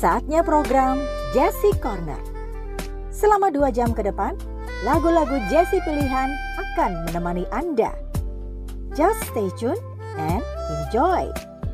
Saatnya program Jessie Corner. Selama 2 jam ke depan, lagu-lagu Jessie pilihan akan menemani Anda. Just stay tuned and enjoy.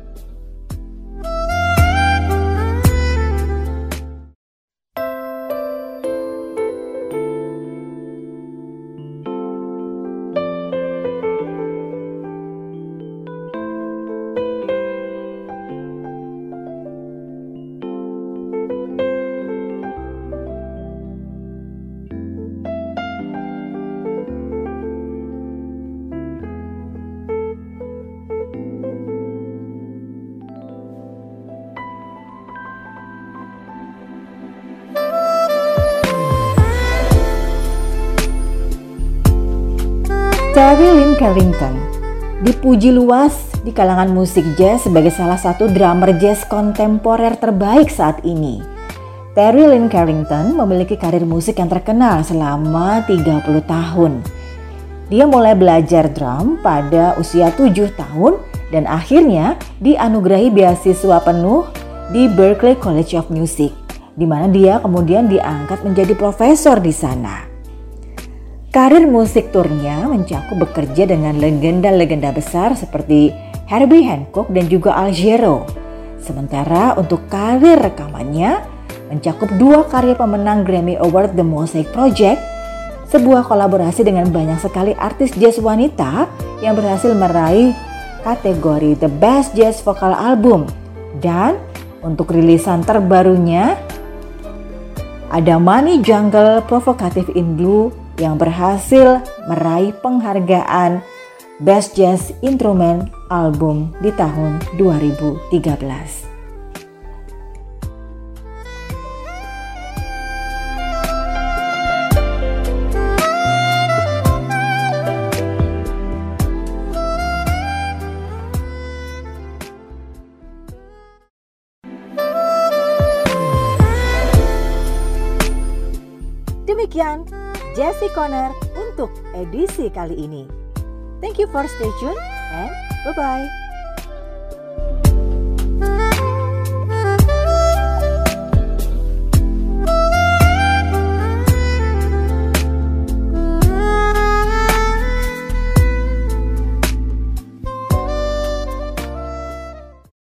Terry Lyne Carrington dipuji luas di kalangan musik jazz sebagai salah satu drummer jazz kontemporer terbaik saat ini. Terry Lyne Carrington memiliki karir musik yang terkenal selama 30 tahun. Dia mulai belajar drum pada usia 7 tahun dan akhirnya dianugerahi beasiswa penuh di Berklee College of Music, di mana dia kemudian diangkat menjadi profesor di sana. Karir musik turnya mencakup bekerja dengan legenda-legenda besar seperti Herbie Hancock dan juga Al Jarreau. Sementara untuk karir rekamannya mencakup 2 karya pemenang Grammy Award The Mosaic Project, sebuah kolaborasi dengan banyak sekali artis jazz wanita yang berhasil meraih kategori The Best Jazz Vocal Album. Dan untuk rilisan terbarunya ada Money Jungle Provocative in Blue yang berhasil meraih penghargaan Best Jazz Instrument Album di tahun 2013. Demikian Jessie Corner untuk edisi kali ini. Thank you for stay tuned and bye-bye.